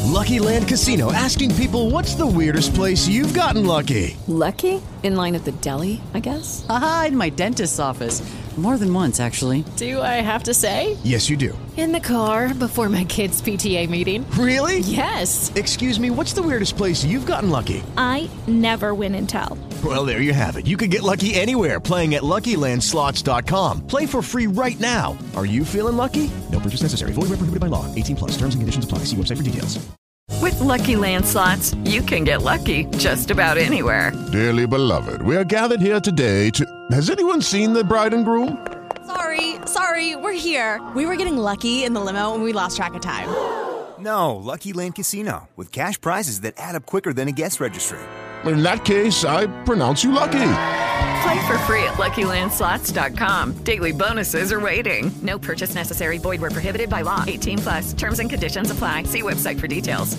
Lucky Land Casino, asking people, what's the weirdest place you've gotten lucky? Lucky? In line at the deli, I guess? Aha, in my dentist's office. More than once, actually. Do I have to say? Yes, you do. In the car before my kids' PTA meeting. Really? Yes. Excuse me, what's the weirdest place you've gotten lucky? I never win and tell. Well, there you have it. You can get lucky anywhere, playing at LuckyLandSlots.com. Play for free right now. Are you feeling lucky? No purchase necessary. Void where prohibited by law. 18+. Terms and conditions apply. See website for details. With Lucky Land Slots, you can get lucky just about anywhere. Dearly beloved, we are gathered here today to... Has anyone seen the bride and groom? Sorry, we're here. We were getting lucky in the limo and we lost track of time. No, Lucky Land Casino, with cash prizes that add up quicker than a guest registry. In that case, I pronounce you lucky. Play for free at LuckyLandSlots.com. Daily bonuses are waiting. No purchase necessary. Void where prohibited by law. 18+. Terms and conditions apply. See website for details.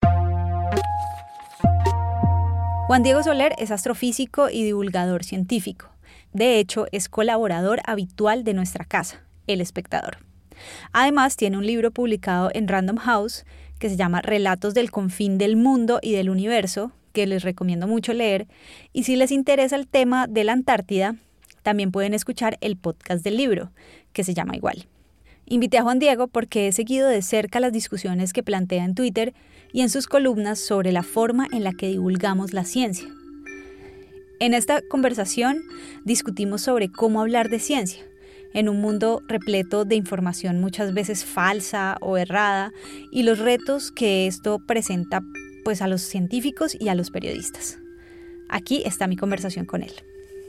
Juan Diego Soler es astrofísico y divulgador científico. De hecho, es colaborador habitual de nuestra casa, El Espectador. Además, tiene un libro publicado en Random House que se llama Relatos del Confín del Mundo y del Universo, que les recomiendo mucho leer. Y si les interesa el tema de la Antártida, también pueden escuchar el podcast del libro, que se llama igual. Invité a Juan Diego porque he seguido de cerca las discusiones que plantea en Twitter y en sus columnas sobre la forma en la que divulgamos la ciencia. En esta conversación discutimos sobre cómo hablar de ciencia, en un mundo repleto de información muchas veces falsa o errada, y los retos que esto presenta pues a los científicos y a los periodistas. Aquí está mi conversación con él.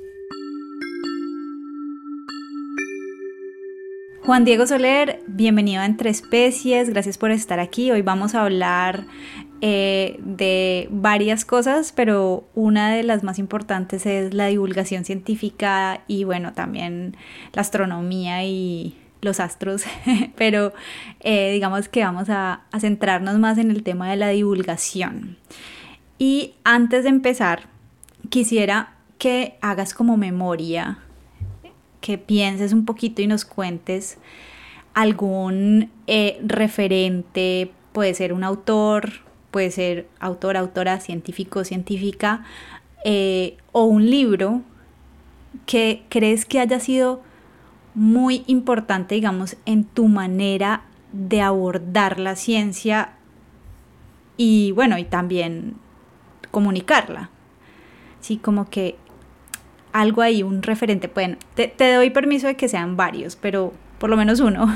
Juan Diego Soler, bienvenido a Entre Especies, gracias por estar aquí. Hoy vamos a hablar de varias cosas, pero una de las más importantes es la divulgación científica y bueno, también la astronomía y los astros, pero digamos que vamos a centrarnos más en el tema de la divulgación. Y antes de empezar, quisiera que hagas como memoria, que pienses un poquito y nos cuentes algún referente, puede ser un autor, puede ser autor, autora, científico, científica, o un libro que crees que haya sido muy importante, digamos, en tu manera de abordar la ciencia y bueno, y también comunicarla. Sí, como que algo ahí, un referente. Bueno, te doy permiso de que sean varios, pero por lo menos uno.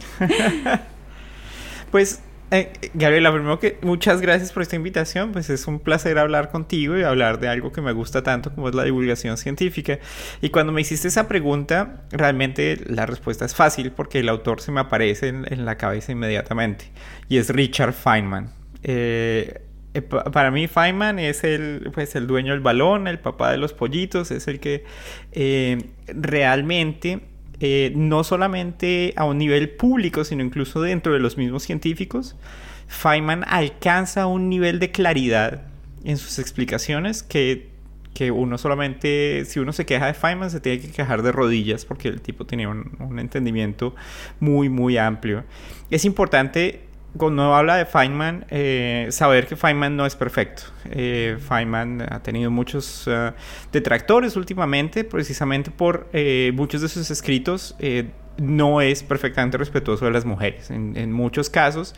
Pues, Gabriela, primero que muchas gracias por esta invitación. Pues es un placer hablar contigo y hablar de algo que me gusta tanto como es la divulgación científica. Y cuando me hiciste esa pregunta, realmente la respuesta es fácil porque el autor se me aparece en la cabeza inmediatamente. Y es Richard Feynman. Para mí Feynman es el dueño del balón, el papá de los pollitos, es el que realmente no solamente a un nivel público, sino incluso dentro de los mismos científicos, Feynman alcanza un nivel de claridad en sus explicaciones que uno solamente, si uno se queja de Feynman, se tiene que quejar de rodillas porque el tipo tenía un entendimiento muy, muy amplio. Es importante, cuando uno habla de Feynman, saber que Feynman no es perfecto. Feynman ha tenido muchos detractores últimamente, precisamente por muchos de sus escritos no es perfectamente respetuoso de las mujeres. En muchos casos,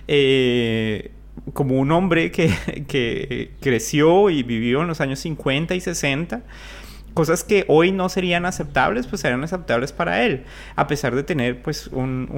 como un hombre que creció y vivió en los años 50 y 60, cosas que hoy no serían aceptables, pues eran aceptables para él, a pesar de tener pues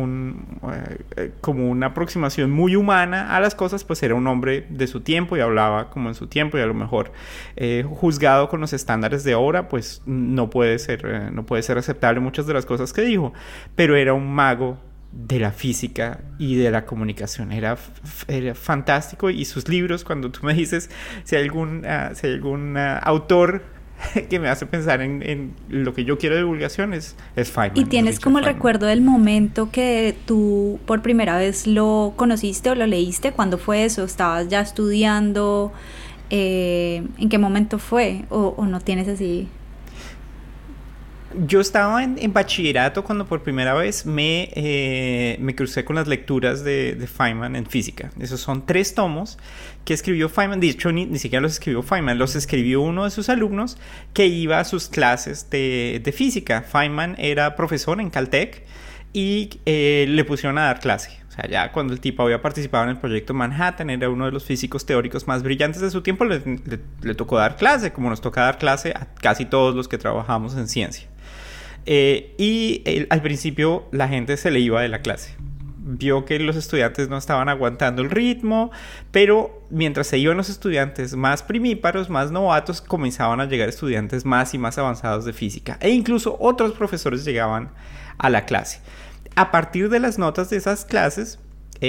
como una aproximación muy humana a las cosas, pues era un hombre de su tiempo y hablaba como en su tiempo, y a lo mejor juzgado con los estándares de ahora, pues no puede ser aceptable muchas de las cosas que dijo, pero era un mago de la física y de la comunicación. Era fantástico, y sus libros, cuando tú me dices si hay algún autor que me hace pensar en lo que yo quiero de divulgación, es Feynman. ¿Y tienes como el recuerdo del momento que tú por primera vez lo conociste o lo leíste? ¿Cuándo fue eso? ¿Estabas ya estudiando? ¿En qué momento fue? ¿O no tienes así? yo estaba en bachillerato cuando por primera vez me crucé con las lecturas de Feynman en física. Esos son 3 tomos que escribió Feynman. De hecho, ni siquiera los escribió Feynman, los escribió uno de sus alumnos que iba a sus clases de física. Feynman era profesor en Caltech y le pusieron a dar clase. O sea, ya cuando el tipo había participado en el proyecto Manhattan, era uno de los físicos teóricos más brillantes de su tiempo, le tocó dar clase, como nos toca dar clase a casi todos los que trabajamos en ciencia. Al principio la gente se le iba de la clase. Vio que los estudiantes no estaban aguantando el ritmo, pero mientras se iban los estudiantes más primíparos, más novatos, comenzaban a llegar estudiantes más y más avanzados de física. E incluso otros profesores llegaban a la clase. A partir de las notas de esas clases,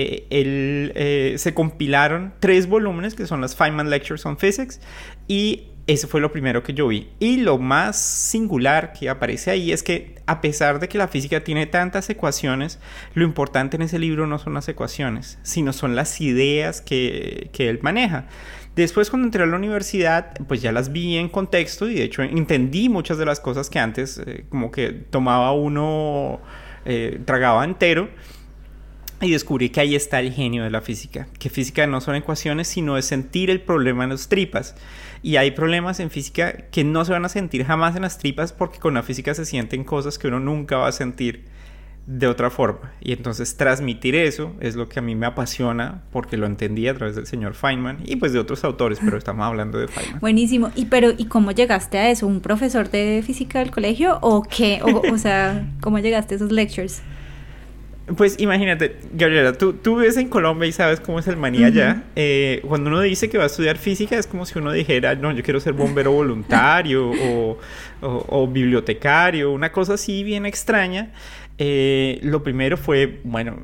se compilaron 3 volúmenes que son las Feynman Lectures on Physics, y eso fue lo primero que yo vi. Y lo más singular que aparece ahí es que, a pesar de que la física tiene tantas ecuaciones, lo importante en ese libro no son las ecuaciones, sino son las ideas que él maneja. Después, cuando entré a la universidad, pues ya las vi en contexto y de hecho entendí muchas de las cosas que antes como que tomaba uno, tragaba entero. Y descubrí que ahí está el genio de la física, que física no son ecuaciones, sino es sentir el problema en las tripas. Y hay problemas en física que no se van a sentir jamás en las tripas, porque con la física se sienten cosas que uno nunca va a sentir de otra forma. Y entonces transmitir eso es lo que a mí me apasiona, porque lo entendí a través del señor Feynman y pues de otros autores, pero estamos hablando de Feynman. Buenísimo. ¿Y cómo llegaste a eso? ¿Un profesor de física del colegio o qué? O sea, ¿cómo llegaste a esos lectures? Pues imagínate, Gabriela, tú vives en Colombia y sabes cómo es el maní allá. Cuando uno dice que va a estudiar física, es como si uno dijera, no, yo quiero ser bombero voluntario o bibliotecario, una cosa así bien extraña. Lo primero fue, bueno,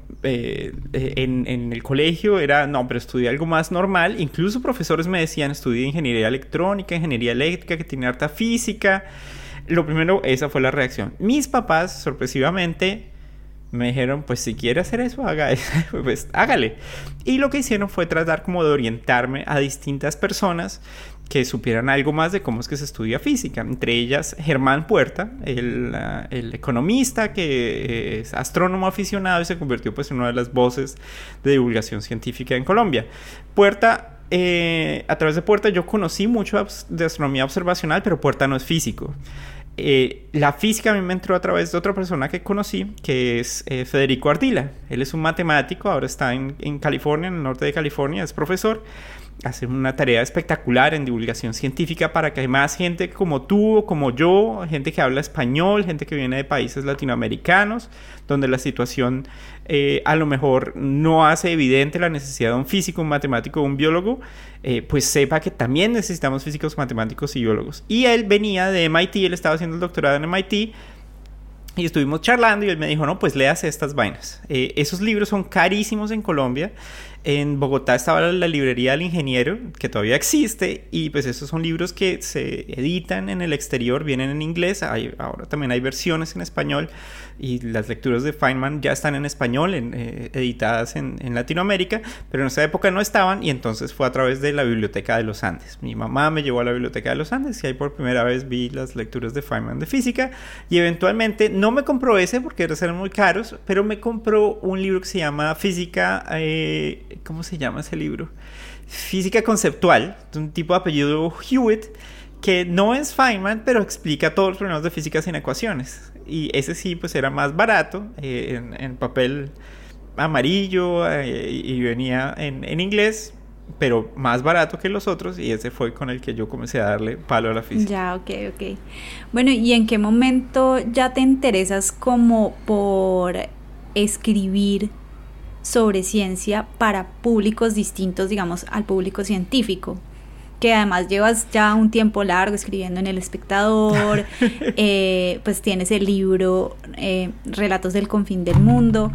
en el colegio era, no, pero estudié algo más normal. Incluso profesores me decían, estudié ingeniería electrónica, ingeniería eléctrica, que tiene harta física. Lo primero, esa fue la reacción. Mis papás, sorpresivamente, me dijeron, pues si quiere hacer eso, pues hágale. Y lo que hicieron fue tratar como de orientarme a distintas personas que supieran algo más de cómo es que se estudia física. Entre ellas, Germán Puerta, el economista que es astrónomo aficionado y se convirtió pues en una de las voces de divulgación científica en Colombia. Puerta, a través de Puerta yo conocí mucho de astronomía observacional, pero Puerta no es físico. La física a mí me entró a través de otra persona que conocí, que es Federico Ardila. Él es un matemático, ahora está en California, en el norte de California, es profesor. Hace una tarea espectacular en divulgación científica para que más gente como tú o como yo, gente que habla español, gente que viene de países latinoamericanos, donde la situación a lo mejor no hace evidente la necesidad de un físico, un matemático o un biólogo, pues sepa que también necesitamos físicos, matemáticos y biólogos. Y él venía de MIT, él estaba haciendo el doctorado en MIT, y estuvimos charlando y él me dijo, no, pues léase estas vainas. Esos libros son carísimos en Colombia. En Bogotá estaba la librería del ingeniero, que todavía existe, y pues esos son libros que se editan en el exterior, vienen en inglés, ahora también hay versiones en español, y las lecturas de Feynman ya están en español, editadas en Latinoamérica, pero en esa época no estaban, y entonces fue a través de la Biblioteca de los Andes. Mi mamá me llevó a la Biblioteca de los Andes, y ahí por primera vez vi las lecturas de Feynman de física, y eventualmente no me compró ese porque eran muy caros, pero me compró un libro que se llama Física... ¿cómo se llama ese libro? Física conceptual, de un tipo de apellido Hewitt, que no es Feynman, pero explica todos los problemas de física sin ecuaciones. Y ese sí, pues era más barato, en papel amarillo, y venía en inglés, pero más barato que los otros, y ese fue con el que yo comencé a darle palo a la física. Ya, ok. Bueno, ¿y en qué momento ya te interesas como por escribir sobre ciencia para públicos distintos, digamos, al público científico? Que además llevas ya un tiempo largo escribiendo en El Espectador, pues tienes el libro Relatos del Confín del Mundo,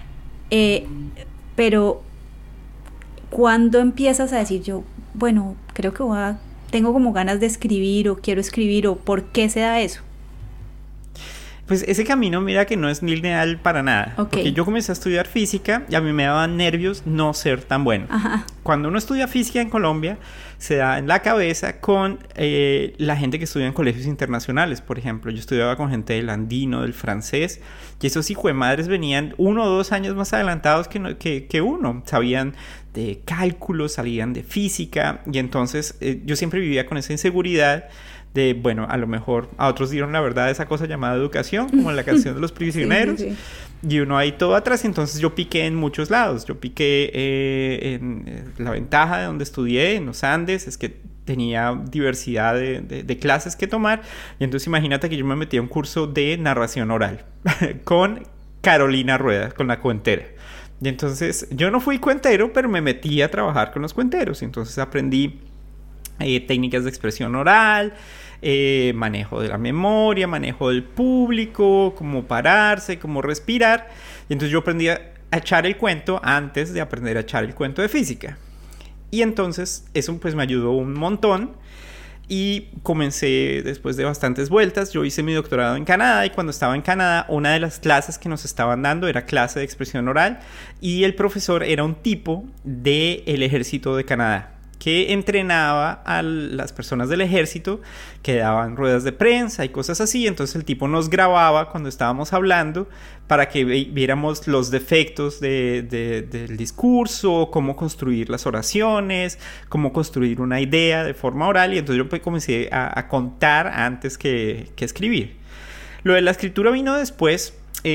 pero ¿cuándo empiezas a decir yo, bueno, creo que tengo como ganas de escribir o quiero escribir, o por qué se da eso? Pues ese camino, mira que no es lineal para nada. Okay. Porque yo comencé a estudiar física y a mí me daban nervios no ser tan bueno. Ajá. Cuando uno estudia física en Colombia, se da en la cabeza con la gente que estudia en colegios internacionales. Por ejemplo, yo estudiaba con gente del andino, del francés, y esos hijuemadres venían 1 o 2 años más adelantados que uno. Sabían de cálculos, sabían de física, y entonces yo siempre vivía con esa inseguridad de, bueno, a lo mejor a otros dieron la verdad esa cosa llamada educación, como en la canción de los prisioneros, sí. Y uno ahí todo atrás. Entonces yo piqué en muchos lados. Yo piqué en la ventaja de donde estudié, en los Andes, es que tenía diversidad de clases que tomar, y entonces imagínate que yo me metí a un curso de narración oral con Carolina Rueda, con la cuentera. Y entonces yo no fui cuentero, pero me metí a trabajar con los cuenteros, y entonces aprendí técnicas de expresión oral, manejo de la memoria, manejo del público, cómo pararse, cómo respirar. Y entonces yo aprendí a echar el cuento antes de aprender a echar el cuento de física. Y entonces eso pues me ayudó un montón. Y comencé después de bastantes vueltas. Yo hice mi doctorado en Canadá, y cuando estaba en Canadá, una de las clases que nos estaban dando era clase de expresión oral, y el profesor era un tipo del ejército de Canadá que entrenaba a las personas del ejército, que daban ruedas de prensa y cosas así. Entonces el tipo nos grababa cuando estábamos hablando para que viéramos los defectos del discurso, cómo construir las oraciones, cómo construir una idea de forma oral. Y entonces yo pues comencé a contar antes que escribir. Lo de la escritura vino después,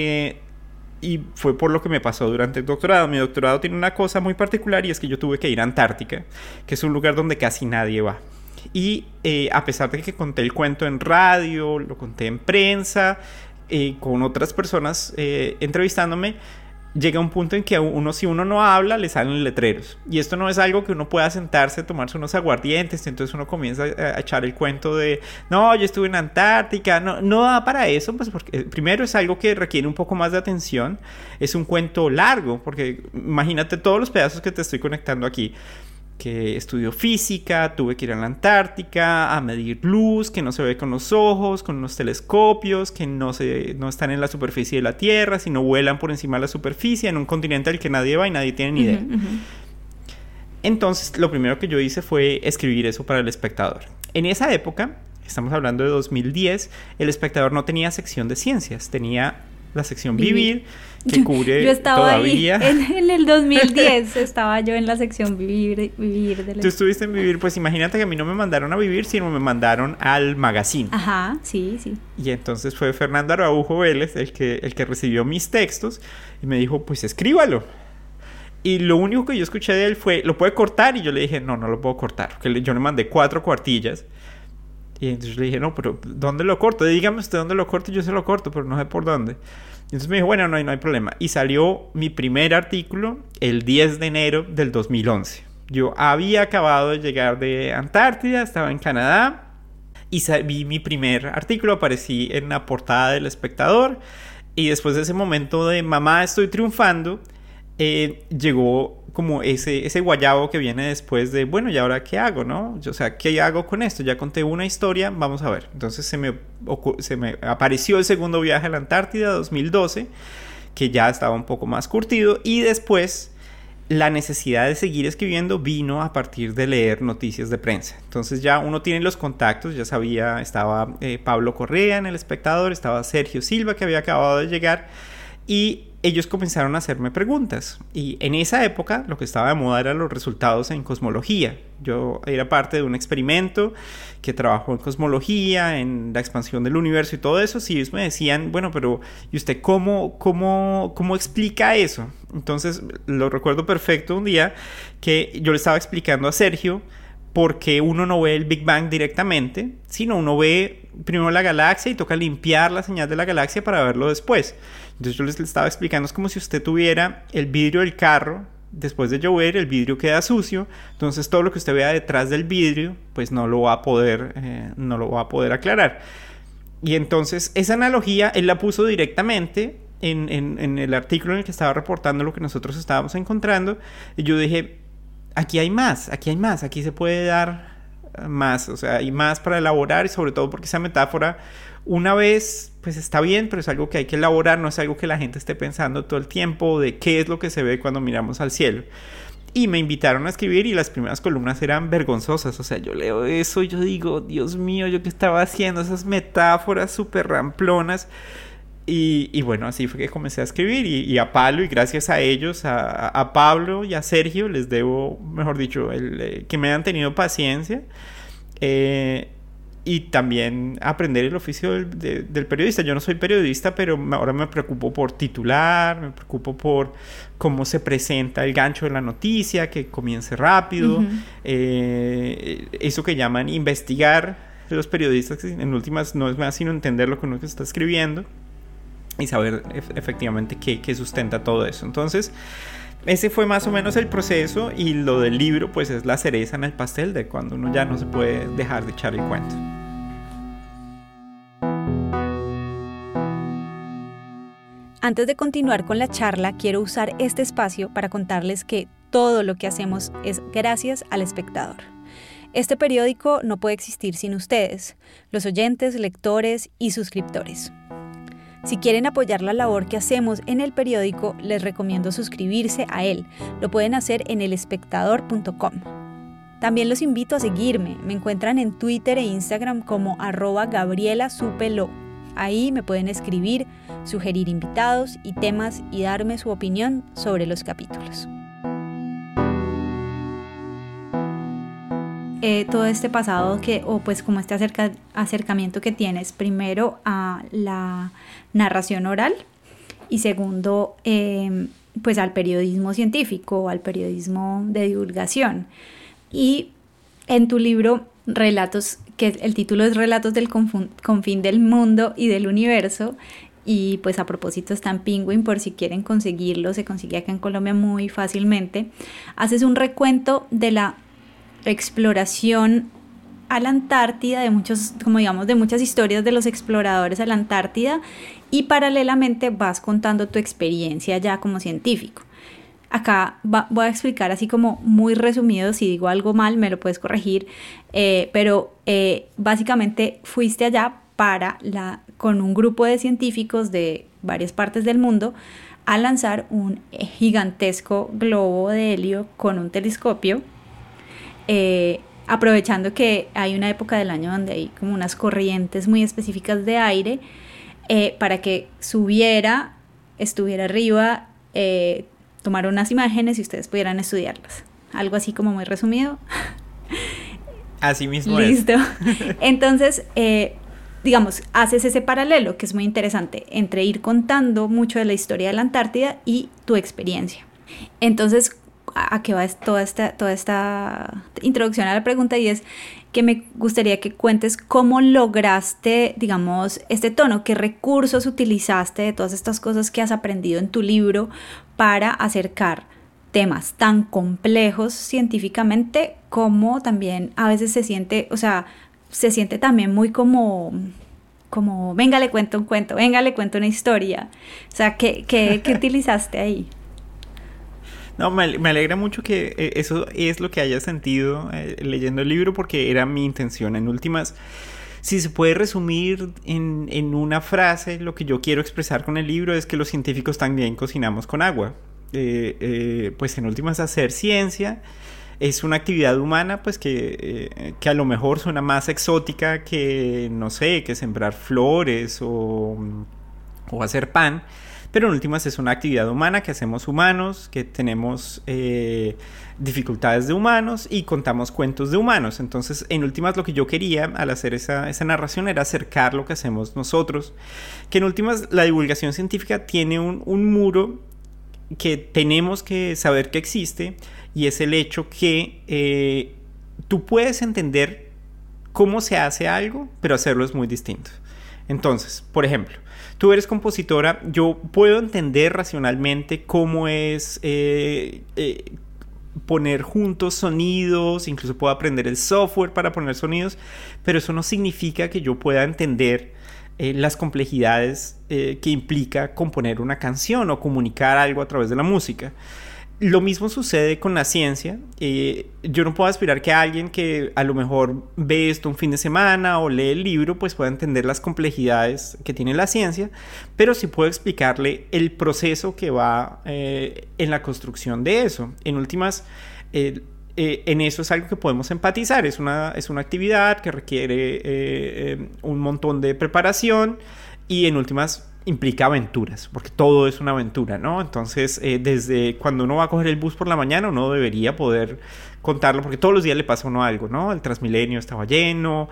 y fue por lo que me pasó durante el doctorado. Mi doctorado tiene una cosa muy particular, y es que yo tuve que ir a Antártica, que es un lugar donde casi nadie va. Y a pesar de que conté el cuento en radio, lo conté en prensa, con otras personas entrevistándome, llega un punto en que si uno no habla, le salen letreros. Y esto no es algo que uno pueda sentarse, tomarse unos aguardientes. Entonces uno comienza a echar el cuento de, no, yo estuve en Antártica. No da para eso, pues porque primero es algo que requiere un poco más de atención. Es un cuento largo, porque imagínate todos los pedazos que te estoy conectando aquí. Que estudio física, tuve que ir a la Antártica a medir luz, que no se ve con los ojos, con unos telescopios, que no están en la superficie de la Tierra, sino vuelan por encima de la superficie, en un continente al que nadie va y nadie tiene ni idea. Entonces, lo primero que yo hice fue escribir eso para El Espectador. En esa época, estamos hablando de 2010, El Espectador no tenía sección de ciencias, tenía la sección Vivir, que cubre yo estaba todavía. Ahí en el 2010 estaba yo en la sección Vivir Tú estuviste en Vivir. Pues imagínate que a mí no me mandaron a Vivir, sino me mandaron al Magazine. Ajá, sí. Y entonces fue Fernando Araujo Vélez el que recibió mis textos y me dijo, pues escríbalo. Y lo único que yo escuché de él fue, ¿lo puede cortar? Y yo le dije, no lo puedo cortar, porque yo le mandé 4 cuartillas. Y entonces le dije, no, pero ¿dónde lo corto? Dígame usted dónde lo corto y yo se lo corto, pero no sé por dónde. Y entonces me dijo, bueno, no hay problema. Y salió mi primer artículo el 10 de enero del 2011. Yo había acabado de llegar de Antártida, estaba en Canadá, y vi mi primer artículo, aparecí en la portada del Espectador. Y después de ese momento de mamá, estoy triunfando, llegó como ese guayabo que viene después de, bueno, ¿y ahora qué hago, no? O sea, ¿qué hago con esto? Ya conté una historia, vamos a ver. Entonces se me apareció el segundo viaje a la Antártida, 2012, que ya estaba un poco más curtido, y después la necesidad de seguir escribiendo vino a partir de leer noticias de prensa. Entonces ya uno tiene los contactos, ya sabía, estaba Pablo Correa en El Espectador, estaba Sergio Silva, que había acabado de llegar, y ellos comenzaron a hacerme preguntas. Y en esa época lo que estaba de moda eran los resultados en cosmología. Yo era parte de un experimento que trabajó en cosmología, en la expansión del universo y todo eso. Y ellos me decían, bueno, pero ¿y usted cómo explica eso? Entonces lo recuerdo perfecto un día que yo le estaba explicando a Sergio porque uno no ve el Big Bang directamente, sino uno ve primero la galaxia y toca limpiar la señal de la galaxia para verlo después. Entonces yo les estaba explicando, es como si usted tuviera el vidrio del carro, después de llover el vidrio queda sucio, entonces todo lo que usted vea detrás del vidrio pues no lo va a poder aclarar. Y entonces esa analogía él la puso directamente en el artículo en el que estaba reportando lo que nosotros estábamos encontrando, y yo dije, aquí hay más, aquí se puede dar más, o sea, hay más para elaborar, y sobre todo porque esa metáfora una vez, pues está bien, pero es algo que hay que elaborar, no es algo que la gente esté pensando todo el tiempo de qué es lo que se ve cuando miramos al cielo. Y me invitaron a escribir y las primeras columnas eran vergonzosas. O sea, yo leo eso y yo digo, Dios mío, ¿yo qué estaba haciendo? Esas metáforas súper ramplonas. Y bueno, así fue que comencé a escribir y a palo, y gracias a ellos, a Pablo y a Sergio, les debo, mejor dicho, que me han tenido paciencia. Y también aprender el oficio del periodista. Yo no soy periodista, pero ahora me preocupo por titular, me preocupo por cómo se presenta el gancho de la noticia, que comience rápido. Uh-huh. Eso que llaman investigar los periodistas, que en últimas no es más sino entender lo que uno está escribiendo y saber efectivamente qué sustenta todo eso. Entonces, ese fue más o menos el proceso, y lo del libro pues es la cereza en el pastel de cuando uno ya no se puede dejar de echar el cuento. Antes de continuar con la charla, quiero usar este espacio para contarles que todo lo que hacemos es gracias al Espectador. Este periódico no puede existir sin ustedes, los oyentes, lectores y suscriptores. Si quieren apoyar la labor que hacemos en el periódico, les recomiendo suscribirse a él. Lo pueden hacer en elespectador.com. También los invito a seguirme. Me encuentran en Twitter e Instagram como @GabrielaSupelo. Ahí me pueden escribir, sugerir invitados y temas y darme su opinión sobre los capítulos. Todo este pasado pues como este acercamiento que tienes, primero a la narración oral y segundo pues al periodismo científico, al periodismo de divulgación. Y en tu libro Relatos, que el título es Relatos del confín del mundo y del universo, y pues a propósito está en Penguin por si quieren conseguirlo, se consigue acá en Colombia muy fácilmente. Haces un recuento de la exploración a la Antártida, de muchas historias de los exploradores a la Antártida, y paralelamente vas contando tu experiencia ya como científico. Acá voy a explicar así como muy resumido, si digo algo mal me lo puedes corregir, pero básicamente fuiste allá con un grupo de científicos de varias partes del mundo a lanzar un gigantesco globo de helio con un telescopio, aprovechando que hay una época del año donde hay como unas corrientes muy específicas de aire, para que estuviera arriba, tomar unas imágenes y ustedes pudieran estudiarlas. Algo así como muy resumido. Así mismo. Listo. Entonces, haces ese paralelo que es muy interesante entre ir contando mucho de la historia de la Antártida y tu experiencia. Entonces, ¿a qué va toda esta introducción a la pregunta? Y es que me gustaría que cuentes cómo lograste, este tono, qué recursos utilizaste de todas estas cosas que has aprendido en tu libro para acercar temas tan complejos científicamente, como también a veces se siente también muy como venga, le cuento un cuento, venga, le cuento una historia. O sea, ¿qué utilizaste ahí? No, me alegra mucho que eso es lo que hayas sentido leyendo el libro, porque era mi intención. En últimas, si se puede resumir en una frase, lo que yo quiero expresar con el libro es que los científicos también cocinamos con agua. Pues en últimas, hacer ciencia es una actividad humana pues que a lo mejor suena más exótica que, no sé, que sembrar flores o hacer pan. Pero en últimas es una actividad humana que hacemos humanos, que tenemos dificultades de humanos y contamos cuentos de humanos. Entonces, en últimas, lo que yo quería al hacer esa narración era acercar lo que hacemos nosotros. Que en últimas, la divulgación científica tiene un muro que tenemos que saber que existe, y es el hecho que tú puedes entender cómo se hace algo, pero hacerlo es muy distinto. Entonces, por ejemplo, tú eres compositora, yo puedo entender racionalmente cómo es poner juntos sonidos, incluso puedo aprender el software para poner sonidos, pero eso no significa que yo pueda entender las complejidades que implica componer una canción o comunicar algo a través de la música. Lo mismo sucede con la ciencia. Yo no puedo aspirar que alguien que a lo mejor ve esto un fin de semana o lee el libro, pues pueda entender las complejidades que tiene la ciencia, pero sí puedo explicarle el proceso que va en la construcción de eso. En últimas, en eso es algo que podemos empatizar. Es una actividad que requiere un montón de preparación y en últimas implica aventuras, porque todo es una aventura, ¿no? Entonces, desde cuando uno va a coger el bus por la mañana, uno debería poder contarlo, porque todos los días le pasa a uno algo, ¿no? El Transmilenio estaba lleno,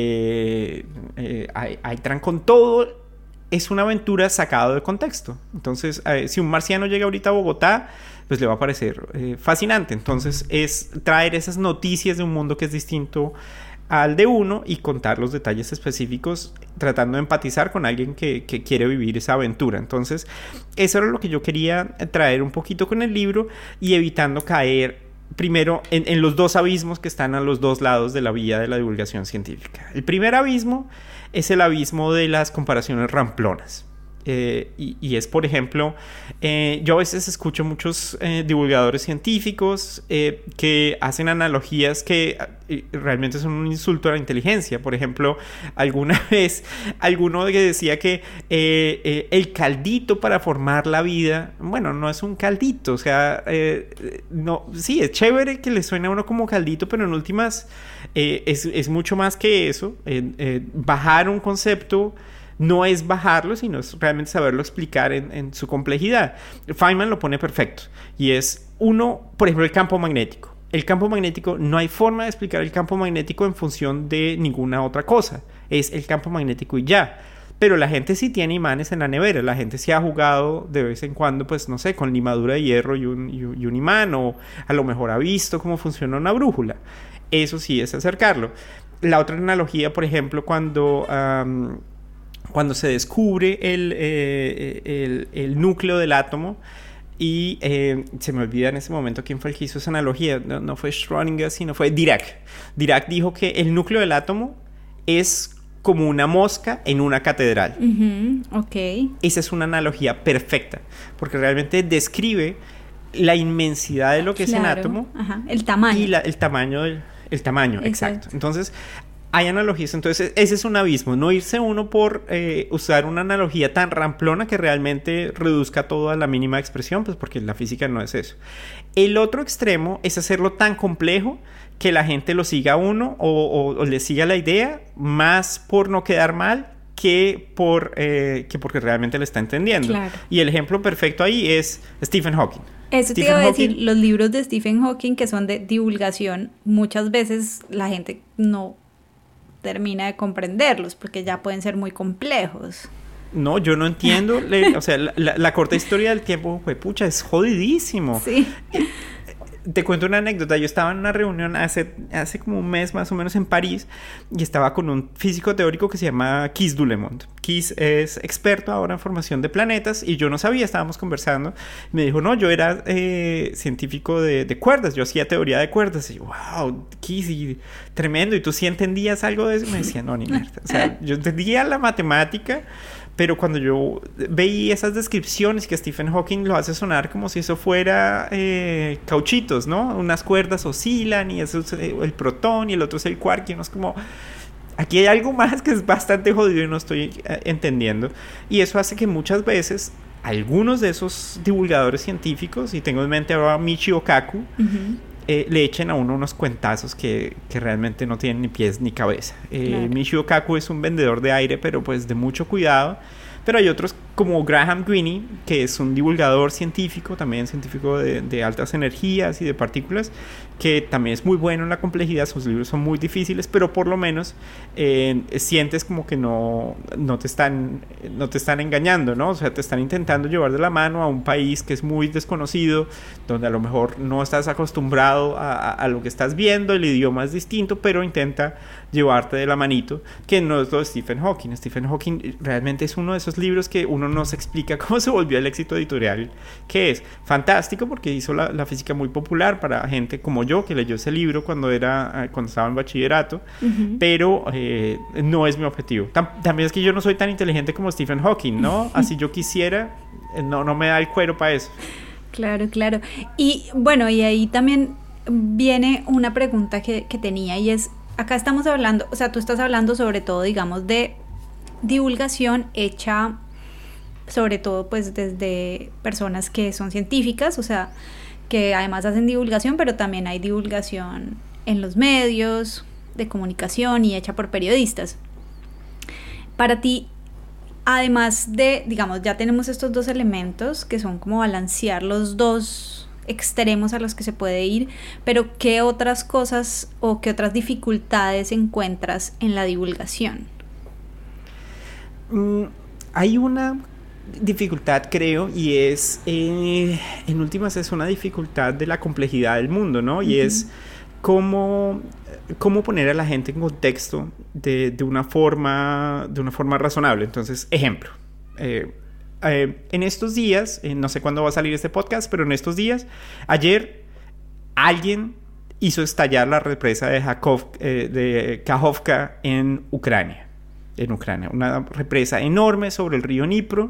hay trancón, todo es una aventura sacado de contexto. Entonces, si un marciano llega ahorita a Bogotá, pues le va a parecer fascinante. Entonces, es traer esas noticias de un mundo que es distinto al de uno y contar los detalles específicos tratando de empatizar con alguien que quiere vivir esa aventura. Entonces, eso era lo que yo quería traer un poquito con el libro y evitando caer primero en los dos abismos que están a los dos lados de la vía de la divulgación científica. El primer abismo es el abismo de las comparaciones ramplonas. Y es, por ejemplo, yo a veces escucho muchos divulgadores científicos que hacen analogías que realmente son un insulto a la inteligencia. Por ejemplo, alguna vez alguno que decía que el caldito para formar la vida, bueno, no es un caldito, o sea, no, sí, es chévere que le suene a uno como caldito, pero en últimas es mucho más que eso. Bajar un concepto no es bajarlo, sino es realmente saberlo explicar en su complejidad. Feynman lo pone perfecto. Y es uno, por ejemplo, el campo magnético. El campo magnético, no hay forma de explicar el campo magnético en función de ninguna otra cosa. Es el campo magnético y ya. Pero la gente sí tiene imanes en la nevera. La gente sí ha jugado de vez en cuando, pues no sé, con limadura de hierro y un imán. O a lo mejor ha visto cómo funciona una brújula. Eso sí es acercarlo. La otra analogía, por ejemplo, cuando se descubre el núcleo del átomo y se me olvida en ese momento quién fue el que hizo esa analogía, no fue Schrödinger, sino fue Dirac. Dirac dijo que el núcleo del átomo es como una mosca en una catedral. Okay. Esa es una analogía perfecta, porque realmente describe la inmensidad de lo que es el átomo. Ajá. El tamaño. Y el tamaño, exacto. Entonces, hay analogías, entonces ese es un abismo, no irse uno por usar una analogía tan ramplona que realmente reduzca todo a la mínima expresión, pues porque la física no es eso. El otro extremo es hacerlo tan complejo que la gente lo siga a uno o le siga la idea, más por no quedar mal que porque realmente le está entendiendo. Claro. Y el ejemplo perfecto ahí es Stephen Hawking. Eso te iba a decir, los libros de Stephen Hawking que son de divulgación, muchas veces la gente no termina de comprenderlos porque ya pueden ser muy complejos. No, yo no entiendo. O sea, la corta historia del tiempo, pucha, es jodidísimo. Sí. Te cuento una anécdota. Yo estaba en una reunión hace como un mes más o menos en París y estaba con un físico teórico que se llama Kees Dulemont. Kees es experto ahora en formación de planetas y yo no sabía, estábamos conversando. Me dijo, no, yo era científico de cuerdas, yo hacía teoría de cuerdas. Y yo, wow, Kees, tremendo. ¿Y tú sí entendías algo de eso? Me decía, no, ni mierda. O sea, yo entendía la matemática, pero cuando yo veía esas descripciones que Stephen Hawking lo hace sonar como si eso fuera cauchitos, ¿no? Unas cuerdas oscilan y eso es el protón y el otro es el quark y uno es como... Aquí hay algo más que es bastante jodido y no estoy entendiendo. Y eso hace que muchas veces algunos de esos divulgadores científicos, y tengo en mente ahora a Michio Kaku, le echen a uno unos cuentazos que realmente no tienen ni pies ni cabeza. Claro. Michio Kaku es un vendedor de aire, pero pues de mucho cuidado. Pero hay otros como Graham Greene, que es un divulgador científico, también científico de altas energías y de partículas, que también es muy bueno en la complejidad. Sus libros son muy difíciles, pero por lo menos sientes como que no te están engañando, ¿no? O sea, te están intentando llevar de la mano a un país que es muy desconocido, donde a lo mejor no estás acostumbrado a lo que estás viendo, el idioma es distinto, pero intenta llevarte de la manito, que no es lo de Stephen Hawking. Stephen Hawking realmente es uno de esos libros que uno no se explica cómo se volvió el éxito editorial que es. Fantástico porque hizo la física muy popular para gente como yo, que leyó ese libro cuando estaba en bachillerato, pero no es mi objetivo. También es que yo no soy tan inteligente como Stephen Hawking, ¿no? Así yo quisiera, no me da el cuero para eso. Claro, claro. Y bueno, y ahí también viene una pregunta que tenía, y es, acá estamos hablando, o sea, tú estás hablando sobre todo, digamos, de divulgación hecha sobre todo pues desde personas que son científicas, o sea, que además hacen divulgación, pero también hay divulgación en los medios de comunicación y hecha por periodistas. Para ti, además de, digamos, ya tenemos estos dos elementos que son como balancear los dos extremos a los que se puede ir, pero ¿qué otras cosas o qué otras dificultades encuentras en la divulgación? Hay una dificultad, creo, y es, en últimas, es una dificultad de la complejidad del mundo, ¿no? Y es cómo poner a la gente en contexto de una forma razonable. Entonces, ejemplo, en estos días, no sé cuándo va a salir este podcast, pero en estos días, ayer alguien hizo estallar la represa de Kakhovka en Ucrania, una represa enorme sobre el río Dnipro.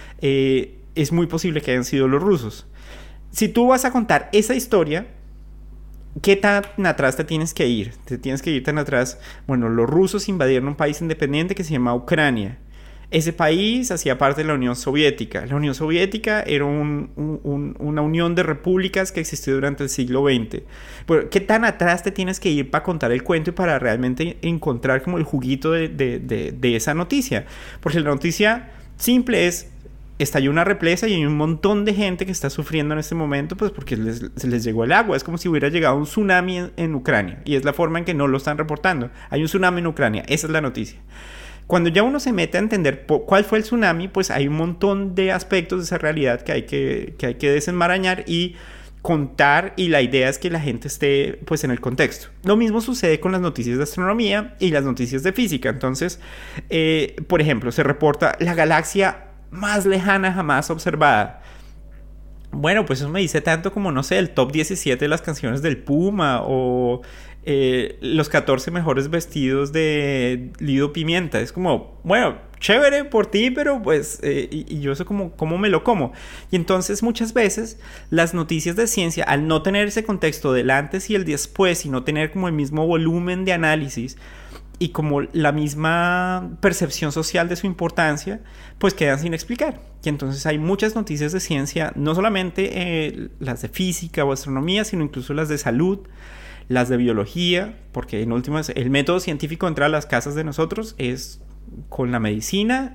Es muy posible que hayan sido los rusos. Si tú vas a contar esa historia, ¿qué tan atrás te tienes que ir? Te tienes que ir tan atrás. Bueno, los rusos invadieron un país independiente que se llama Ucrania. Ese país hacía parte de la Unión Soviética. La Unión Soviética era una unión de repúblicas que existió durante el siglo XX. Pero, ¿qué tan atrás te tienes que ir para contar el cuento y para realmente encontrar como el juguito de esa noticia? Porque la noticia simple es: estalló una represa y hay un montón de gente que está sufriendo en este momento, pues porque se les llegó el agua. Es como si hubiera llegado un tsunami en Ucrania, y es la forma en que no lo están reportando. Hay un tsunami en Ucrania, esa es la noticia. Cuando ya uno se mete a entender cuál fue el tsunami, pues hay un montón de aspectos de esa realidad que hay que desenmarañar y contar, y la idea es que la gente esté pues en el contexto. Lo mismo sucede con las noticias de astronomía y las noticias de física. Entonces, por ejemplo, se reporta la galaxia más lejana jamás observada. Bueno, pues eso me dice tanto como, no sé, el top 17 de las canciones del Puma, o los 14 mejores vestidos de Lido Pimienta. Es como, bueno, chévere por ti, pero pues y yo eso como me lo como. Y entonces muchas veces las noticias de ciencia, al no tener ese contexto del antes y el después, y no tener como el mismo volumen de análisis y como la misma percepción social de su importancia, pues quedan sin explicar. Y entonces hay muchas noticias de ciencia, no solamente las de física o astronomía, sino incluso las de salud, las de biología, porque en últimas el método científico entra a las casas de nosotros es con la medicina,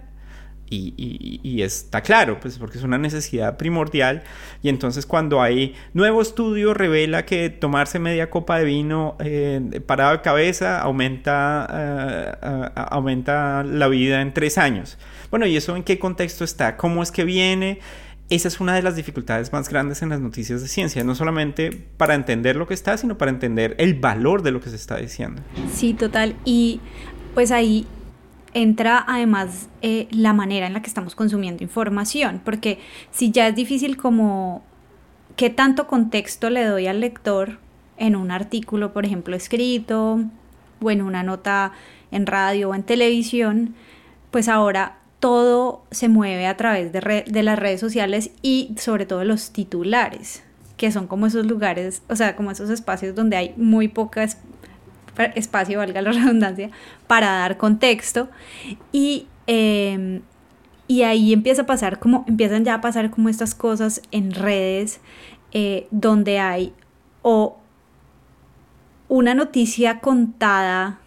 y está claro, pues porque es una necesidad primordial. Y entonces cuando hay nuevo estudio revela que tomarse media copa de vino parado de cabeza aumenta la vida en 3 años. Bueno, ¿y eso en qué contexto está? ¿Cómo es que viene? Esa es una de las dificultades más grandes en las noticias de ciencia, no solamente para entender lo que está, sino para entender el valor de lo que se está diciendo. Sí, total. Y pues ahí entra además la manera en la que estamos consumiendo información, porque si ya es difícil como qué tanto contexto le doy al lector en un artículo, por ejemplo, escrito, o en una nota en radio o en televisión, pues ahora todo se mueve a través de las redes sociales, y sobre todo los titulares, que son como esos lugares, o sea, como esos espacios donde hay muy poca espacio, valga la redundancia, para dar contexto, y ahí empiezan ya a pasar como estas cosas en redes, donde hay o una noticia contada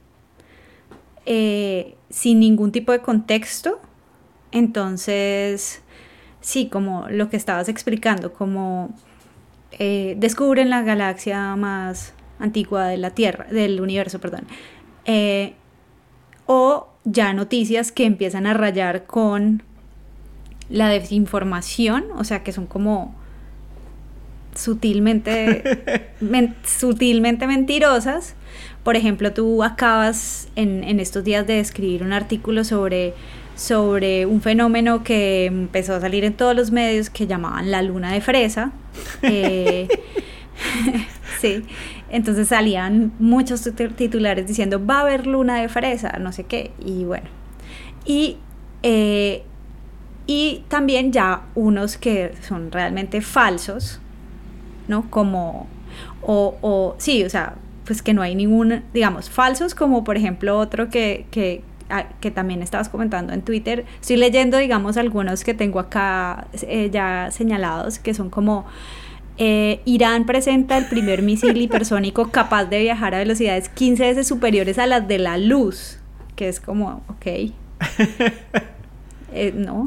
sin ningún tipo de contexto. Entonces sí, como lo que estabas explicando, como descubren la galaxia más antigua de la Tierra, del universo, perdón, o ya noticias que empiezan a rayar con la desinformación, o sea, que son como sutilmente mentirosas. Por ejemplo, tú acabas en estos días de escribir un artículo sobre un fenómeno que empezó a salir en todos los medios, que llamaban la luna de fresa. Sí, entonces salían muchos titulares diciendo va a haber luna de fresa, no sé qué, y bueno, y Y también ya unos que son realmente falsos, ¿no? Como, sí, o sea, pues que no hay ningún, digamos, falsos, como por ejemplo otro que también estabas comentando en Twitter. Estoy leyendo, digamos, algunos que tengo acá ya señalados, que son como Irán presenta el primer misil hipersónico capaz de viajar a velocidades 15 veces superiores a las de la luz, que es como, ok, no.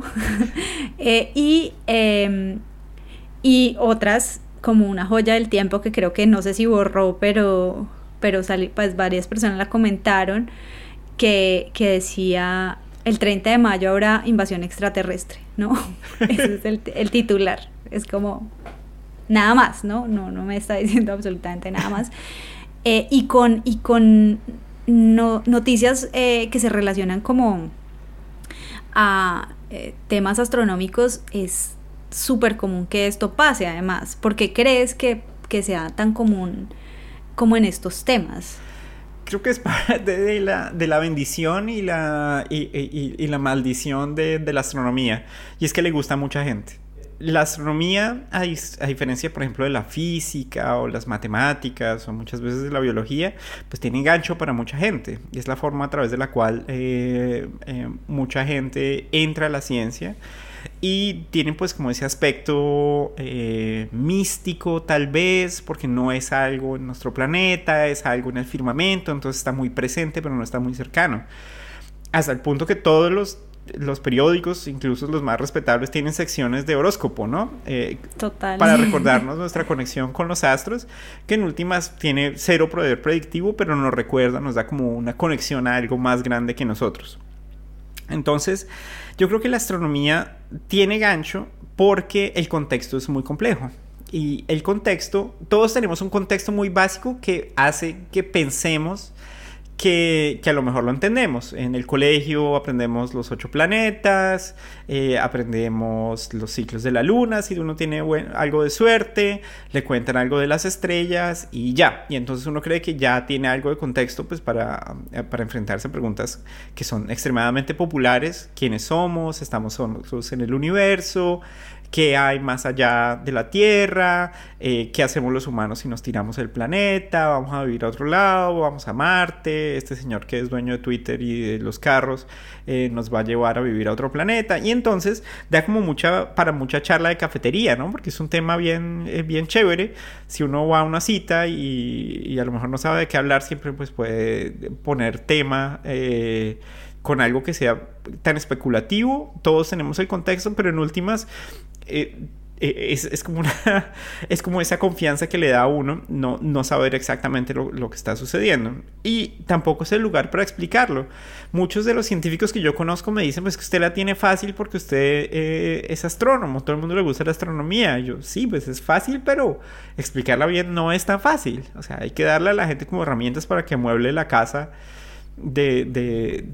Y otras como una joya del tiempo que creo que no sé si borró, pero pues varias personas la comentaron, que decía: el 30 de mayo habrá invasión extraterrestre, ¿no? Ese es el titular. Es como nada más, ¿no? No me está diciendo absolutamente nada más. Y con noticias que se relacionan como a temas astronómicos, es súper común que esto pase. Además, ¿por qué crees que sea tan común como en estos temas? Creo que es parte de la bendición y la maldición de la astronomía, y es que le gusta a mucha gente. La astronomía, a diferencia, por ejemplo, de la física o las matemáticas o muchas veces de la biología, pues tiene gancho para mucha gente, y es la forma a través de la cual mucha gente entra a la ciencia, y tienen pues como ese aspecto místico tal vez, porque no es algo en nuestro planeta, es algo en el firmamento, entonces está muy presente pero no está muy cercano, hasta el punto que todos los periódicos, incluso los más respetables, tienen secciones de horóscopo, ¿no? Total. Para recordarnos nuestra conexión con los astros, que en últimas tiene cero poder predictivo, pero nos recuerda, nos da como una conexión a algo más grande que nosotros. Entonces, yo creo que la astronomía tiene gancho porque el contexto es muy complejo. Y el contexto, todos tenemos un contexto muy básico que hace que pensemos que a lo mejor lo entendemos. En el colegio aprendemos los 8 planetas, aprendemos los ciclos de la luna, si uno tiene algo de suerte, le cuentan algo de las estrellas y ya. Y entonces uno cree que ya tiene algo de contexto pues para enfrentarse a preguntas que son extremadamente populares: ¿quiénes somos? ¿Estamos solos en el universo? ¿Qué hay más allá de la Tierra? ¿Qué hacemos los humanos si nos tiramos del planeta? ¿Vamos a vivir a otro lado? ¿Vamos a Marte? Este señor que es dueño de Twitter y de los carros nos va a llevar a vivir a otro planeta. Y entonces da como para mucha charla de cafetería, ¿no? Porque es un tema bien chévere. Si uno va a una cita y a lo mejor no sabe de qué hablar, siempre pues puede poner tema con algo que sea tan especulativo. Todos tenemos el contexto, pero en últimas es como esa confianza que le da a uno no saber exactamente lo que está sucediendo, y tampoco es el lugar para explicarlo. Muchos de los científicos que yo conozco me dicen pues que usted la tiene fácil porque usted es astrónomo, todo el mundo le gusta la astronomía. Yo sí, pues es fácil, pero explicarla bien no es tan fácil. O sea, hay que darle a la gente como herramientas para que amueble la casa del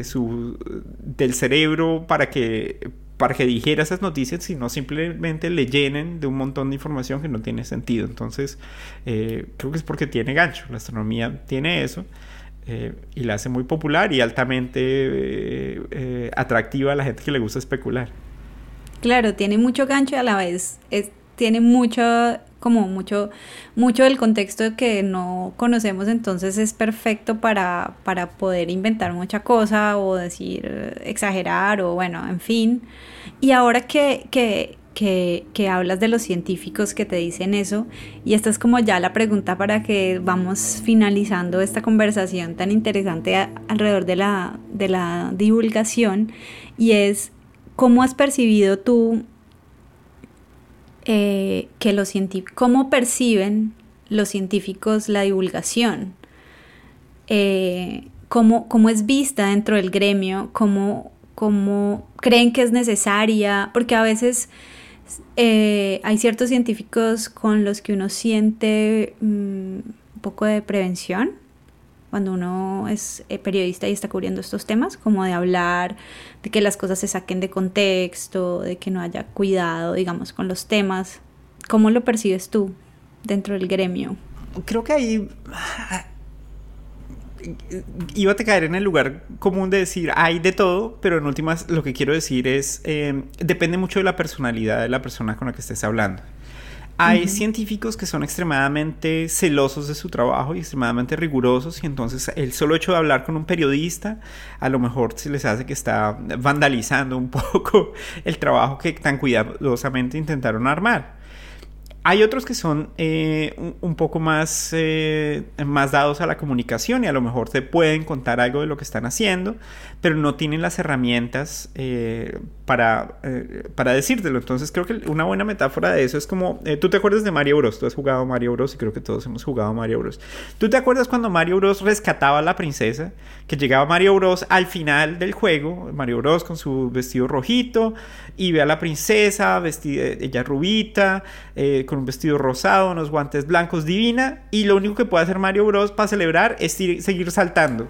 cerebro para que digiera esas noticias, y no simplemente le llenen de un montón de información que no tiene sentido. Entonces creo que es porque tiene gancho. La astronomía tiene eso, y la hace muy popular y altamente atractiva a la gente que le gusta especular. Claro, tiene mucho gancho y a la vez tiene mucho del contexto que no conocemos, entonces es perfecto para poder inventar mucha cosa o decir, exagerar, o bueno, en fin. Y ahora que hablas de los científicos que te dicen eso, y esta es como ya la pregunta para que vamos finalizando esta conversación tan interesante alrededor de la divulgación, y es: ¿cómo has percibido tú cómo perciben los científicos la divulgación? ¿Cómo es vista dentro del gremio? ¿Cómo creen que es necesaria? Porque a veces hay ciertos científicos con los que uno siente un poco de prevención cuando uno es periodista y está cubriendo estos temas, como de hablar de que las cosas se saquen de contexto, de que no haya cuidado, digamos, con los temas. ¿Cómo lo percibes tú dentro del gremio? Creo que ahí iba a caer en el lugar común de decir hay de todo, pero en últimas lo que quiero decir es depende mucho de la personalidad de la persona con la que estés hablando. Hay científicos que son extremadamente celosos de su trabajo y extremadamente rigurosos, y entonces el solo hecho de hablar con un periodista a lo mejor se les hace que está vandalizando un poco el trabajo que tan cuidadosamente intentaron armar. Hay otros que son un poco más dados a la comunicación y a lo mejor te pueden contar algo de lo que están haciendo, pero no tienen las herramientas para decírtelo. Entonces creo que una buena metáfora de eso es como... ¿tú te acuerdas de Mario Bros? Tú has jugado Mario Bros y creo que todos hemos jugado Mario Bros. ¿Tú te acuerdas cuando Mario Bros rescataba a la princesa? Que llegaba Mario Bros al final del juego, Mario Bros con su vestido rojito, y ve a la princesa vestida, ella rubita, con un vestido rosado, unos guantes blancos, divina, y lo único que puede hacer Mario Bros para celebrar es seguir saltando.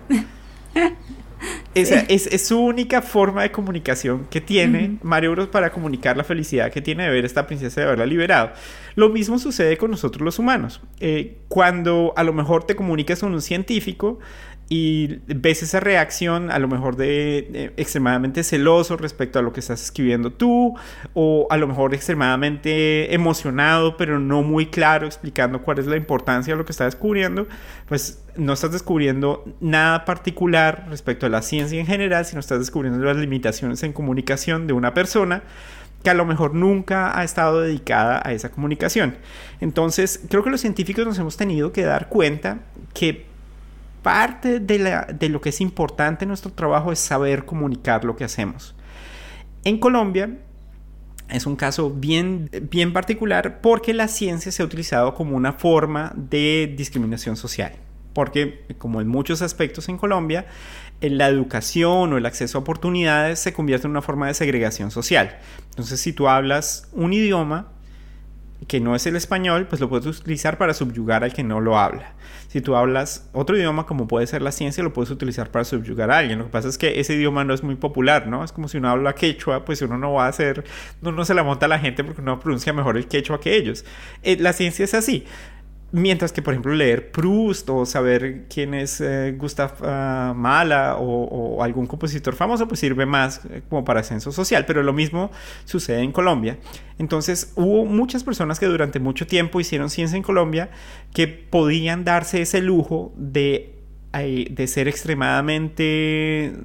Esa es su única forma de comunicación que tiene Mario Bros para comunicar la felicidad que tiene de ver a esta princesa, de haberla liberado. Lo mismo sucede con nosotros los humanos. Cuando a lo mejor te comunicas con un científico y ves esa reacción a lo mejor de extremadamente celoso respecto a lo que estás escribiendo tú, o a lo mejor extremadamente emocionado pero no muy claro explicando cuál es la importancia de lo que estás descubriendo, pues no estás descubriendo nada particular respecto a la ciencia en general, sino estás descubriendo las limitaciones en comunicación de una persona que a lo mejor nunca ha estado dedicada a esa comunicación. Entonces creo que los científicos nos hemos tenido que dar cuenta que parte de lo que es importante en nuestro trabajo es saber comunicar lo que hacemos. En Colombia es un caso bien particular porque la ciencia se ha utilizado como una forma de discriminación social. Porque, como en muchos aspectos en Colombia, la educación o el acceso a oportunidades se convierte en una forma de segregación social. Entonces, si tú hablas un idioma que no es el español, pues lo puedes utilizar para subyugar al que no lo habla. Si tú hablas otro idioma, como puede ser la ciencia, lo puedes utilizar para subyugar a alguien. Lo que pasa es que ese idioma no es muy popular, ¿no? Es como si uno habla quechua, pues uno no va a hacer... No se la monta a la gente porque uno pronuncia mejor el quechua que ellos. La ciencia es así. Mientras que, por ejemplo, leer Proust o saber quién es Gustav Mahler o algún compositor famoso, pues sirve más como para ascenso social. Pero lo mismo sucede en Colombia. Entonces, hubo muchas personas que durante mucho tiempo hicieron ciencia en Colombia que podían darse ese lujo de ser extremadamente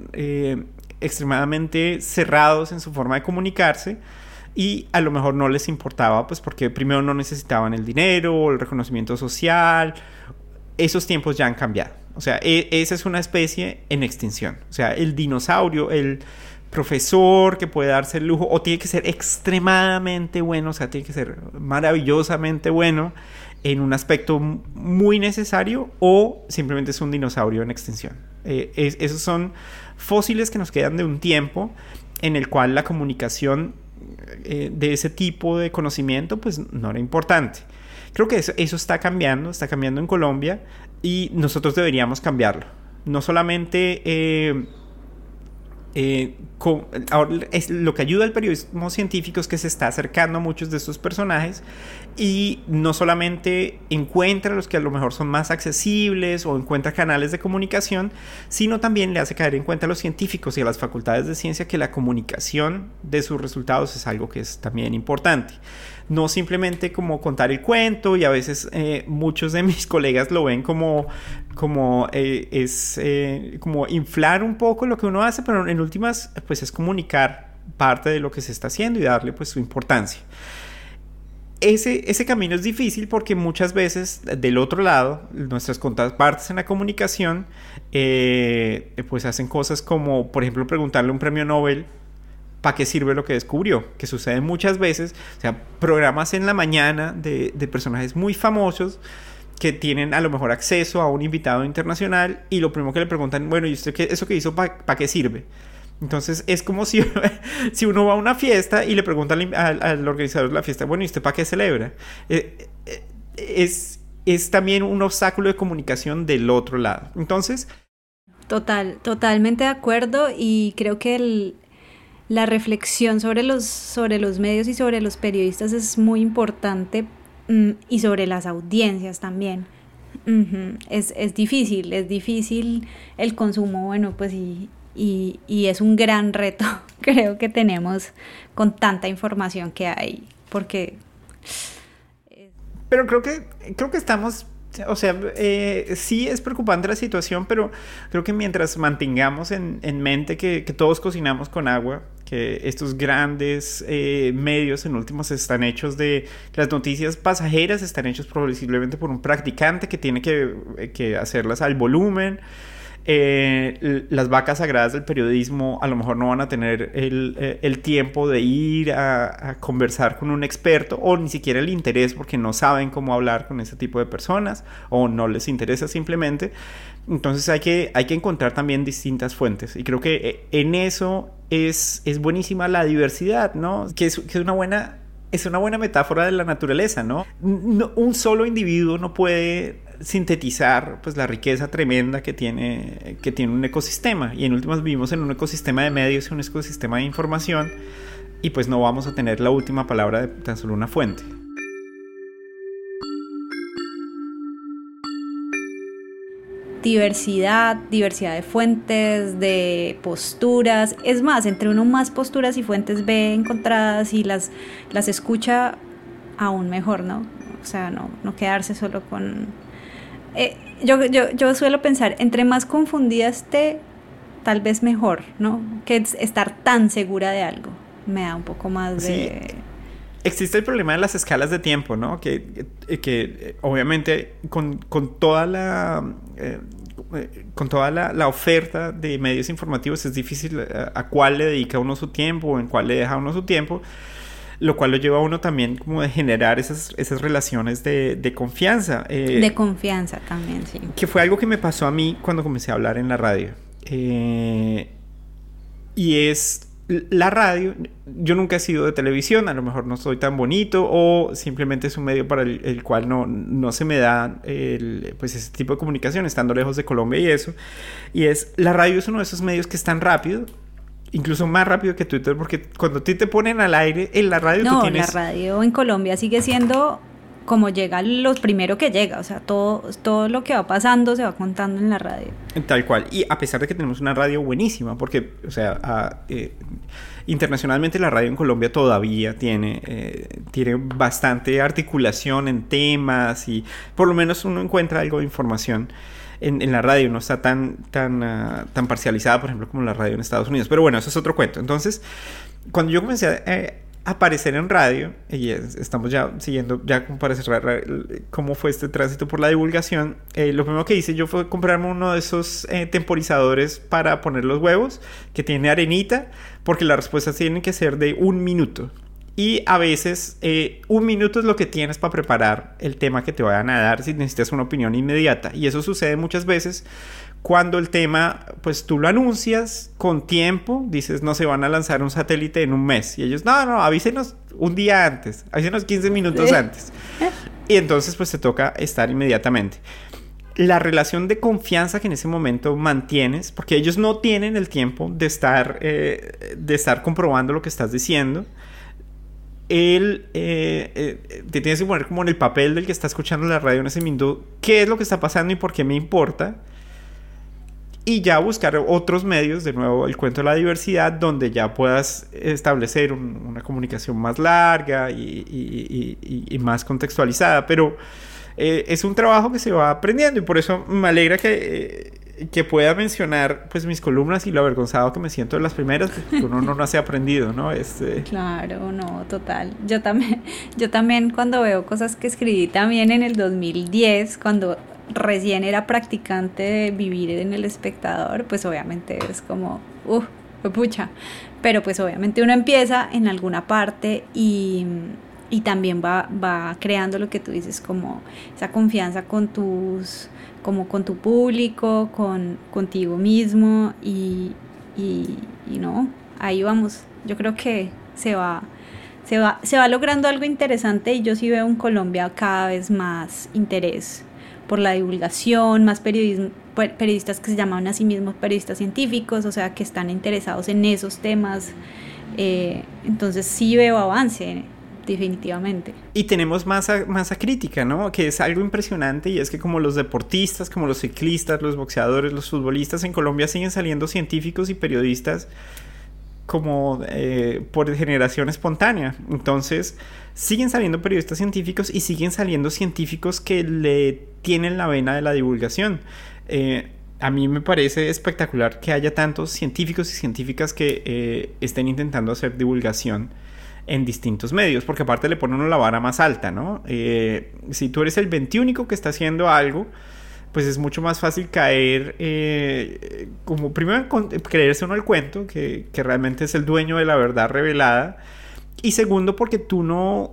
cerrados en su forma de comunicarse. Y a lo mejor no les importaba, pues porque primero no necesitaban el dinero o el reconocimiento social. Esos tiempos ya han cambiado. O sea, esa es una especie en extinción. O sea, el dinosaurio, el profesor que puede darse el lujo, o tiene que ser extremadamente bueno, o sea, tiene que ser maravillosamente bueno en un aspecto muy necesario, o simplemente es un dinosaurio en extinción. Esos son fósiles que nos quedan de un tiempo en el cual la comunicación de ese tipo de conocimiento pues no era importante. Creo que eso está cambiando en Colombia, y nosotros deberíamos cambiarlo. No solamente ahora lo que ayuda al periodismo científico es que se está acercando a muchos de estos personajes, y no solamente encuentra los que a lo mejor son más accesibles o encuentra canales de comunicación, sino también le hace caer en cuenta a los científicos y a las facultades de ciencia que la comunicación de sus resultados es algo que es también importante. No simplemente como contar el cuento, y a veces muchos de mis colegas lo ven como inflar un poco lo que uno hace, pero en últimas pues es comunicar parte de lo que se está haciendo y darle pues su importancia. Ese camino es difícil porque muchas veces del otro lado nuestras contrapartes en la comunicación pues hacen cosas como, por ejemplo, preguntarle a un premio Nobel ¿para qué sirve lo que descubrió? Que sucede muchas veces. O sea, programas en la mañana de personajes muy famosos que tienen a lo mejor acceso a un invitado internacional, y lo primero que le preguntan, bueno, ¿y usted eso que hizo para qué sirve? Entonces es como si uno va a una fiesta y le pregunta al organizador de la fiesta, bueno, ¿y usted para qué celebra? Es también un obstáculo de comunicación del otro lado. Entonces... Totalmente de acuerdo, y creo que la reflexión sobre los medios y sobre los periodistas es muy importante, y sobre las audiencias también. Es difícil el consumo, bueno, pues y es un gran reto, creo que tenemos con tanta información que hay, porque... Pero creo que estamos... O sea, sí es preocupante la situación, pero creo que mientras mantengamos en mente que todos cocinamos con agua, que estos grandes medios en últimos están hechos de... Las noticias pasajeras están hechos posiblemente por un practicante que tiene que hacerlas al volumen. Las vacas sagradas del periodismo a lo mejor no van a tener el tiempo de ir a conversar con un experto, o ni siquiera el interés, porque no saben cómo hablar con ese tipo de personas o no les interesa simplemente. Entonces hay que encontrar también distintas fuentes, y creo que en eso es buenísima la diversidad, ¿no? Que es una buena metáfora de la naturaleza, ¿no? Un solo individuo no puede sintetizar pues la riqueza tremenda que tiene un ecosistema, y en últimas vivimos en un ecosistema de medios y un ecosistema de información, y pues no vamos a tener la última palabra de tan solo una fuente. Diversidad de fuentes, de posturas. Es más, entre uno más posturas y fuentes ve encontradas y las escucha, aún mejor, ¿no? O sea, no quedarse solo con... Yo suelo pensar, entre más confundida esté, tal vez mejor, ¿no? Que estar tan segura de algo. Me da un poco más de... Sí. Existe el problema de las escalas de tiempo, ¿no? Que obviamente con toda la oferta de medios informativos es difícil a cuál le dedica uno su tiempo o en cuál le deja uno su tiempo, lo cual lo lleva a uno también como de generar esas relaciones de confianza. De confianza también, sí. Que fue algo que me pasó a mí cuando comencé a hablar en la radio. Y es... La radio, yo nunca he sido de televisión, a lo mejor no soy tan bonito, o simplemente es un medio para el cual no se me da pues ese tipo de comunicación, estando lejos de Colombia y eso. Y la radio es uno de esos medios que es tan rápido, incluso más rápido que Twitter, porque cuando a ti te ponen al aire en la radio, tú tienes... la radio en Colombia sigue siendo como llega lo primero que llega, o sea, todo lo que va pasando se va contando en la radio. Tal cual, y a pesar de que tenemos una radio buenísima, porque, o sea, internacionalmente la radio en Colombia todavía tiene bastante articulación en temas, y por lo menos uno encuentra algo de información en la radio, no está tan parcializada, por ejemplo, como la radio en Estados Unidos. Pero bueno, eso es otro cuento. Entonces, cuando yo comencé a aparecer en radio, y estamos ya siguiendo, ya como para cerrar cómo fue este tránsito por la divulgación, lo primero que hice yo fue comprarme uno de esos temporizadores para poner los huevos, que tiene arenita, porque las respuestas tienen que ser de 1 minuto. Y a veces 1 minuto es lo que tienes para preparar el tema que te vayan a dar si necesitas una opinión inmediata. Y eso sucede muchas veces cuando el tema, pues tú lo anuncias con tiempo, dices, no se van a lanzar un satélite en 1 mes. Y ellos, no, avísenos un día antes, avísenos 15 minutos antes. Y entonces pues te toca estar inmediatamente. La relación de confianza que en ese momento mantienes, porque ellos no tienen el tiempo de estar comprobando lo que estás diciendo. Te tienes que poner como en el papel del que está escuchando la radio en ese minuto, qué es lo que está pasando y por qué me importa, y ya buscar otros medios, de nuevo el cuento de la diversidad, donde ya puedas establecer una comunicación más larga y más contextualizada. Pero es un trabajo que se va aprendiendo, y por eso me alegra que pueda mencionar pues mis columnas y lo avergonzado que me siento de las primeras, porque uno no se ha aprendido, ¿no? Claro, no, total. Yo también cuando veo cosas que escribí también en el 2010, cuando recién era practicante de vivir en El Espectador, pues obviamente es como, pucha. Pero pues obviamente uno empieza en alguna parte y también va creando lo que tú dices, como esa confianza con tu público, contigo mismo, y no, ahí vamos. Yo creo que se va logrando algo interesante, y yo sí veo en Colombia cada vez más interés por la divulgación, más periodistas que se llaman a sí mismos periodistas científicos, o sea, que están interesados en esos temas. Entonces sí veo avance definitivamente. Y tenemos masa crítica, ¿no? Que es algo impresionante, y es que como los deportistas, como los ciclistas, los boxeadores, los futbolistas en Colombia siguen saliendo científicos y periodistas como por generación espontánea. Entonces siguen saliendo periodistas científicos y siguen saliendo científicos que le tienen la vena de la divulgación. A mí me parece espectacular que haya tantos científicos y científicas que estén intentando hacer divulgación en distintos medios, porque aparte le pone uno la vara más alta, ¿no? Si tú eres el 21 que está haciendo algo, pues es mucho más fácil caer, como primero creerse uno el cuento, que realmente es el dueño de la verdad revelada, y segundo porque tú no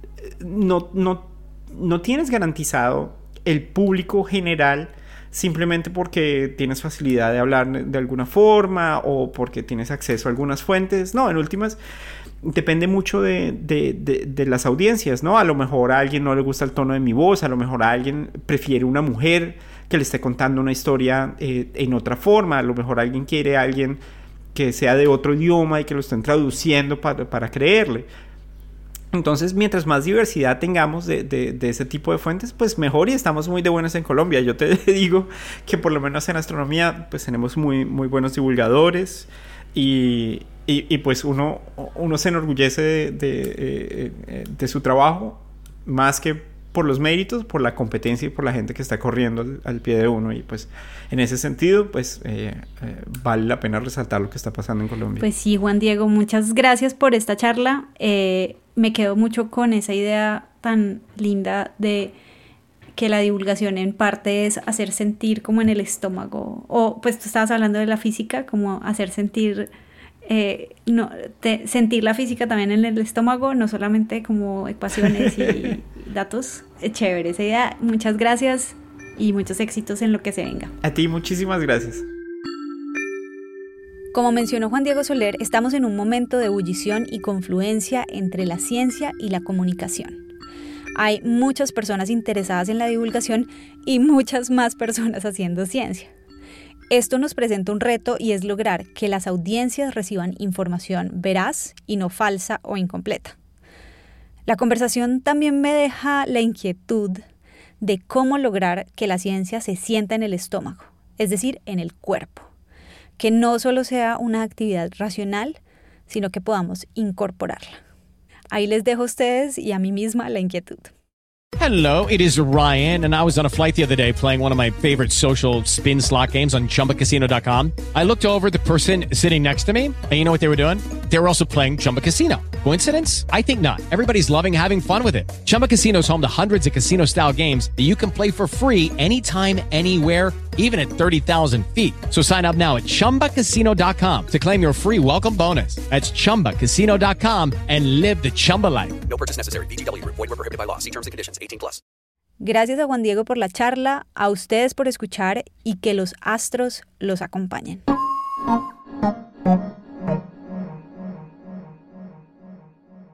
tienes garantizado el público general simplemente porque tienes facilidad de hablar de alguna forma o porque tienes acceso a algunas fuentes. No, en últimas depende mucho de las audiencias, ¿no? A lo mejor a alguien no le gusta el tono de mi voz, a lo mejor a alguien prefiere una mujer que le esté contando una historia en otra forma, a lo mejor alguien quiere a alguien que sea de otro idioma y que lo estén traduciendo para creerle. Entonces, mientras más diversidad tengamos de ese tipo de fuentes, pues mejor, y estamos muy de buenas en Colombia. Yo te digo que por lo menos en astronomía pues tenemos muy, muy buenos divulgadores y pues uno se enorgullece de su trabajo más que por los méritos, por la competencia y por la gente que está corriendo al pie de uno. Y pues en ese sentido pues vale la pena resaltar lo que está pasando en Colombia. Pues sí, Juan Diego, muchas gracias por esta charla. Me quedo mucho con esa idea tan linda de que la divulgación en parte es hacer sentir como en el estómago, o pues tú estabas hablando de la física, como hacer sentir sentir la física también en el estómago, no solamente como ecuaciones y datos. Chévere esa idea. Muchas gracias y muchos éxitos en lo que se venga. A ti muchísimas gracias. Como mencionó Juan Diego Soler, estamos en un momento de ebullición y confluencia entre la ciencia y la comunicación. Hay muchas personas interesadas en la divulgación y muchas más personas haciendo ciencia. Esto nos presenta un reto, y es lograr que las audiencias reciban información veraz y no falsa o incompleta. La conversación también me deja la inquietud de cómo lograr que la ciencia se sienta en el estómago, es decir, en el cuerpo. Que no solo sea una actividad racional, sino que podamos incorporarla. Ahí les dejo a ustedes y a mí misma la inquietud. Hello, it is Ryan, and I was on a flight the other day playing one of my favorite social spin slot games on ChumbaCasino.com. I looked over at the person sitting next to me, and you know what they were doing? They were also playing Chumba Casino. Coincidence? I think not. Everybody's loving having fun with it. Chumba Casino is home to hundreds of casino-style games that you can play for free anytime, anywhere, even at 30,000 feet. So sign up now at ChumbaCasino.com to claim your free welcome bonus. That's ChumbaCasino.com and live the Chumba life. No purchase necessary. VGW. Void where prohibited by law. See terms and conditions. 18+. Gracias a Juan Diego por la charla, a ustedes por escuchar y que los astros los acompañen.